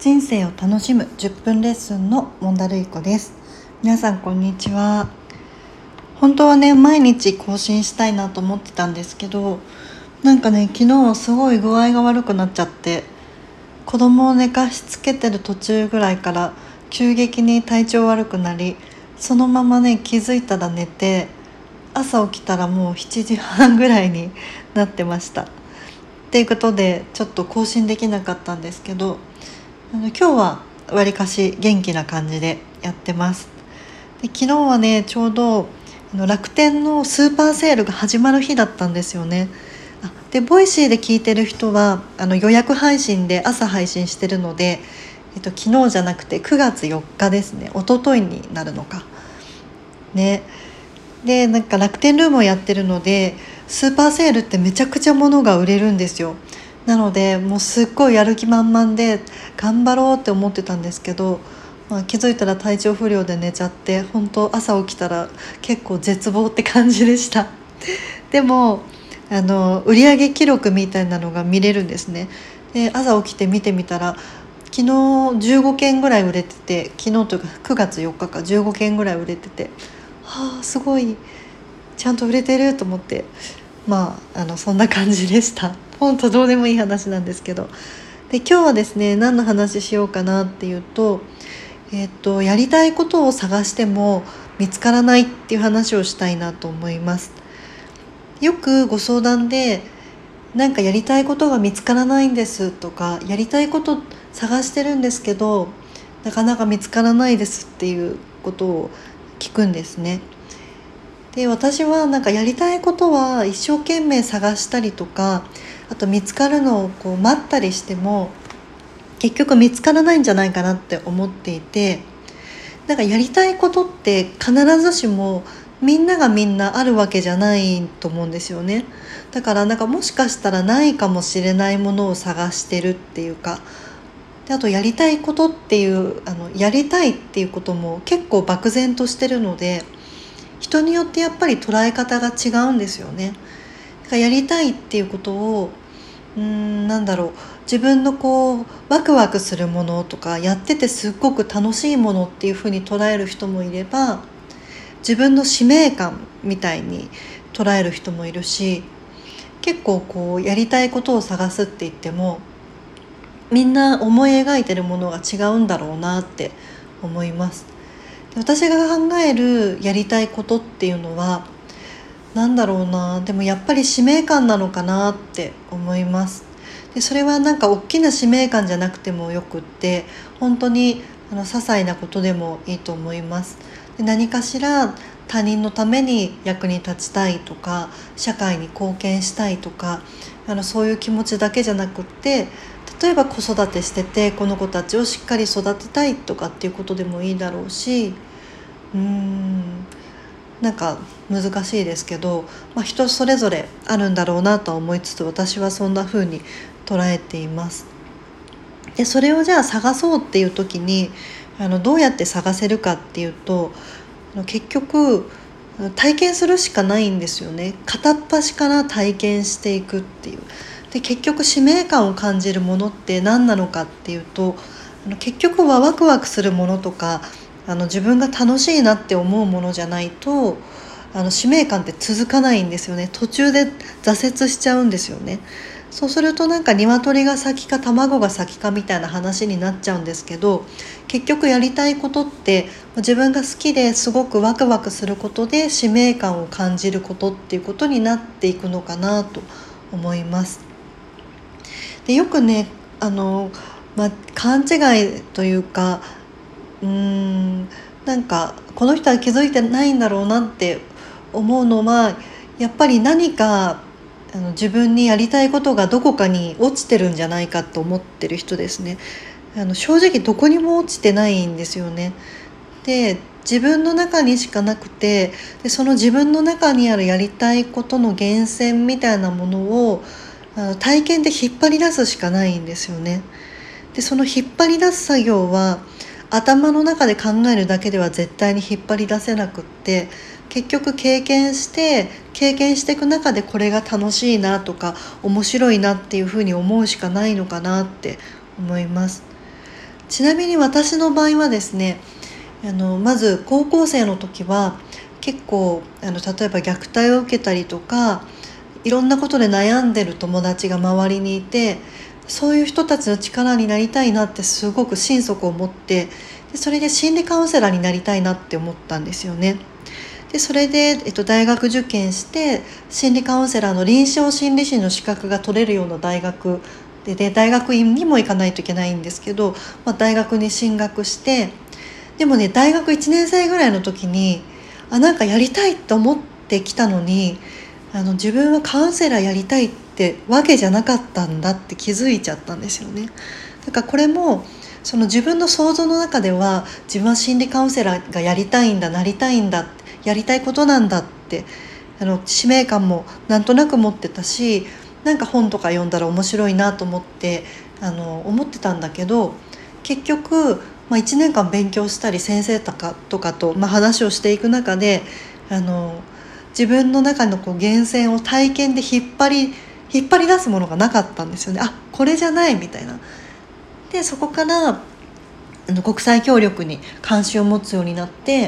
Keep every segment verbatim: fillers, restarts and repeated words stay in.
人生を楽しむじゅっぷんレッスンのモンダルイコです。皆さんこんにちは。本当はね毎日更新したいなと思ってたんですけど、なんかね昨日すごい具合が悪くなっちゃって、子供を寝かしつけてる途中ぐらいから急激に体調悪くなり、そのままね気づいたら寝て、朝起きたらもうしちじはんぐらいになってました。っていうことでちょっと更新できなかったんですけど、あの今日はわりかし元気な感じでやってます。で昨日はねちょうどあの楽天のスーパーセールが始まる日だったんですよね。あでボイシーで聞いてる人はあの予約配信で朝配信してるので、えっと、昨日じゃなくてくがつよっかですね。一昨日になるのかね。でなんか楽天ルームをやってるので、スーパーセールってめちゃくちゃ物が売れるんですよ。なのでもうすっごいやる気満々で頑張ろうって思ってたんですけど、まあ、気づいたら体調不良で寝ちゃって、本当朝起きたら結構絶望って感じでしたでもあの売上記録みたいなのが見れるんですね。で朝起きて見てみたら昨日じゅうごけんぐらい売れてて、昨日というかくがつよっかかじゅうごけんぐらい売れてて、はあすごいちゃんと売れてると思って、まああのそんな感じでした。本当どうでもいい話なんですけど、で今日はですね何の話しようかなっていうと、えっとやりたいことを探しても見つからないっていう話をしたいなと思います。よくご相談でなんかやりたいことが見つからないんですとか、やりたいこと探してるんですけどなかなか見つからないですっていうことを聞くんですね。で私はなんかやりたいことは一生懸命探したりとか、あと見つかるのをこう待ったりしても結局見つからないんじゃないかなって思っていて、なんかやりたいことって必ずしもみんながみんなあるわけじゃないと思うんですよね。だからなんかもしかしたらないかもしれないものを探してるっていうか、であとやりたいことっていうあのやりたいっていうことも結構漠然としてるので、人によってやっぱり捉え方が違うんですよね。だからやりたいっていうことをうーんなんだろう自分のこうワクワクするものとか、やっててすっごく楽しいものっていうふうに捉える人もいれば、自分の使命感みたいに捉える人もいるし、結構こうやりたいことを探すって言ってもみんな思い描いてるものが違うんだろうなって思います。で私が考えるやりたいことっていうのはなんだろうな、でもやっぱり使命感なのかなって思います。でそれはなんか大きな使命感じゃなくてもよくって、本当にあの些細なことでもいいと思います。で何かしら他人のために役に立ちたいとか、社会に貢献したいとか、あのそういう気持ちだけじゃなくって、例えば子育てしててこの子たちをしっかり育てたいとかっていうことでもいいだろうし、うーんなんか難しいですけど、まあ、人それぞれあるんだろうなとは思いつつ、私はそんな風に捉えています。でそれをじゃあ探そうっていう時にあのどうやって探せるかっていうと、あの結局体験するしかないんですよね。片っ端から体験していくっていう。で結局使命感を感じるものって何なのかっていうと、あの結局はワクワクするものとか、あの自分が楽しいなって思うものじゃないと、あの使命感って続かないんですよね。途中で挫折しちゃうんですよね。そうするとなんか鶏が先か卵が先かみたいな話になっちゃうんですけど、結局やりたいことって自分が好きですごくワクワクすることで使命感を感じることっていうことになっていくのかなと思います。でよくねあの、まあ、勘違いというか、うーんなんかこの人は気づいてないんだろうなって思うのは、やっぱり何かあの自分にやりたいことがどこかに落ちてるんじゃないかと思ってる人ですね。あの正直どこにも落ちてないんですよね。で自分の中にしかなくて、でその自分の中にあるやりたいことの源泉みたいなものをあの体験で引っ張り出すしかないんですよね。でその引っ張り出す作業は頭の中で考えるだけでは絶対に引っ張り出せなくって、結局経験して経験していく中でこれが楽しいなとか面白いなっていうふうに思うしかないのかなって思います。 ちなみに私の場合はですね、あのまず高校生の時は結構あの例えば虐待を受けたりとかいろんなことで悩んでる友達が周りにいて、そういう人たちの力になりたいなってすごく心底思って、でそれで心理カウンセラーになりたいなって思ったんですよね。でそれで、えっと、大学受験して心理カウンセラーの臨床心理士の資格が取れるような大学で、で大学院にも行かないといけないんですけど、まあ、大学に進学して、でもね大学いちねん生ぐらいの時にあなんかやりたいと思ってきたのに、あの自分はカウンセラーやりたいってわけじゃなかったんだって気づいちゃったんですよね。だからこれもその自分の想像の中では自分は心理カウンセラーがやりたいんだ、なりたいんだ、やりたいことなんだってあの使命感もなんとなく持ってたし、なんか本とか読んだら面白いなと思ってあの思ってたんだけど、結局、まあ、いちねんかん勉強したり先生とかとかと、まあ、話をしていく中であの自分の中のこう源泉を体験で引っ張り引っ張り出すものがなかったんですよね。あこれじゃないみたいな。でそこからあの国際協力に関心を持つようになって、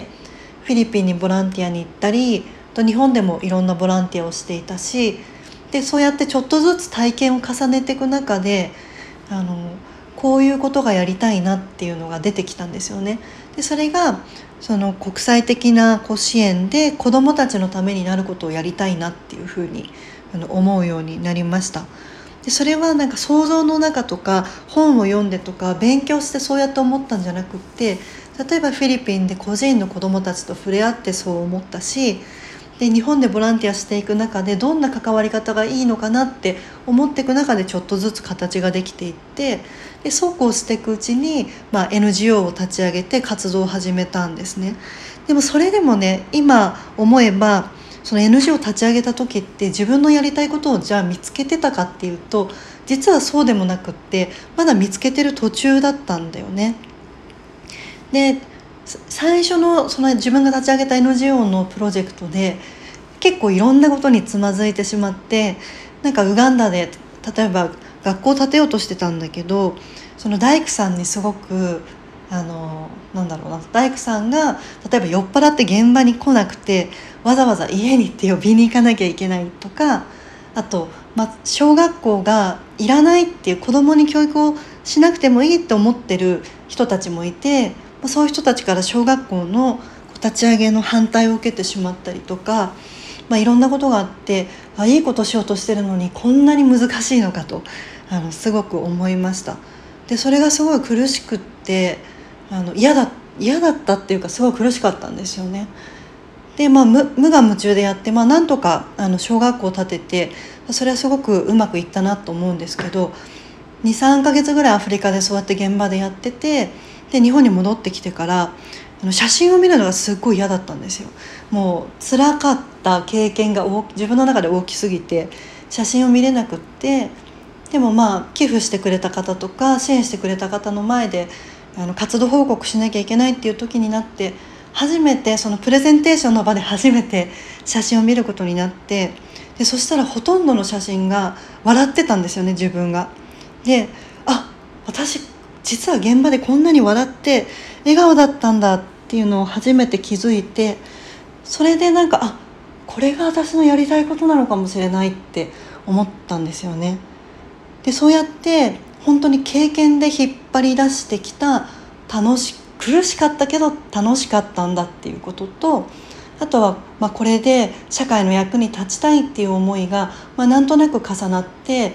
フィリピンにボランティアに行ったり、と日本でもいろんなボランティアをしていたし、でそうやってちょっとずつ体験を重ねていく中であのこういうことがやりたいなっていうのが出てきたんですよね。でそれがその国際的なこう支援で子どもたちのためになることをやりたいなっていうふうにあの思うようになりました。でそれはなんか想像の中とか本を読んでとか勉強してそうやって思ったんじゃなくって、例えばフィリピンで個人の子どもたちと触れ合ってそう思ったし、で日本でボランティアしていく中でどんな関わり方がいいのかなって思っていく中でちょっとずつ形ができていって、でそうこうしていくうちに、まあ、エヌジーオー を立ち上げて活動を始めたんですね。でもそれでもね今思えばその エヌジーオー を立ち上げた時って自分のやりたいことをじゃあ見つけてたかっていうと、実はそうでもなくってまだ見つけてる途中だったんだよね。で最初のその自分が立ち上げた エヌジーオー のプロジェクトで結構いろんなことにつまずいてしまって、なんかウガンダで例えば学校を建てようとしてたんだけど、その大工さんにすごくあのなんだろうな大工さんが例えば酔っ払って現場に来なくてわざわざ家に行って呼びに行かなきゃいけないとか、あと、まあ、小学校がいらないっていう子どもに教育をしなくてもいいって思ってる人たちもいて、そういう人たちから小学校の立ち上げの反対を受けてしまったりとか、まあ、いろんなことがあって、あいいことしようとしてるのにこんなに難しいのかとあのすごく思いました。でそれがすごい苦しくってあの嫌だ嫌だったっていうかすごい苦しかったんですよね。で、まあ、無, 無我夢中でやって、まあ、なんとかあの小学校を建ててそれはすごくうまくいったなと思うんですけど、にさんかげつぐらいアフリカでそうやって現場でやってて、で日本に戻ってきてからあの写真を見るのがすっごい嫌だったんですよ。もう辛かった経験が大自分の中で大きすぎて写真を見れなくって、でもまあ寄付してくれた方とか支援してくれた方の前であの活動報告しなきゃいけないっていう時になって、初めてそのプレゼンテーションの場で初めて写真を見ることになって、でそしたらほとんどの写真が笑ってたんですよね、自分が。で、あ、私実は現場でこんなに笑って笑顔だったんだっていうのを初めて気づいて、それでなんかあこれが私のやりたいことなのかもしれないって思ったんですよね。でそうやって本当に経験で引っ張り出してきた楽し苦しかったけど楽しかったんだっていうことと、あとは、まあ、これで社会の役に立ちたいっていう思いが、まあ、なんとなく重なって、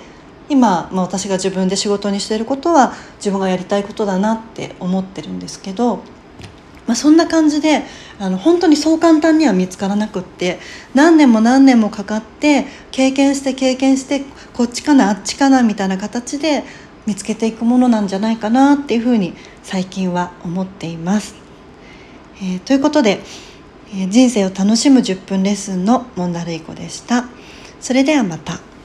今、まあ、私が自分で仕事にしていることは自分がやりたいことだなって思ってるんですけど、まあ、そんな感じであの本当にそう簡単には見つからなくって、何年も何年もかかって経験して経験してこっちかなあっちかなみたいな形で見つけていくものなんじゃないかなっていうふうに最近は思っています。えー、ということで、えー、人生を楽しむじゅっぷんレッスンのモンダルイコでした。それではまた。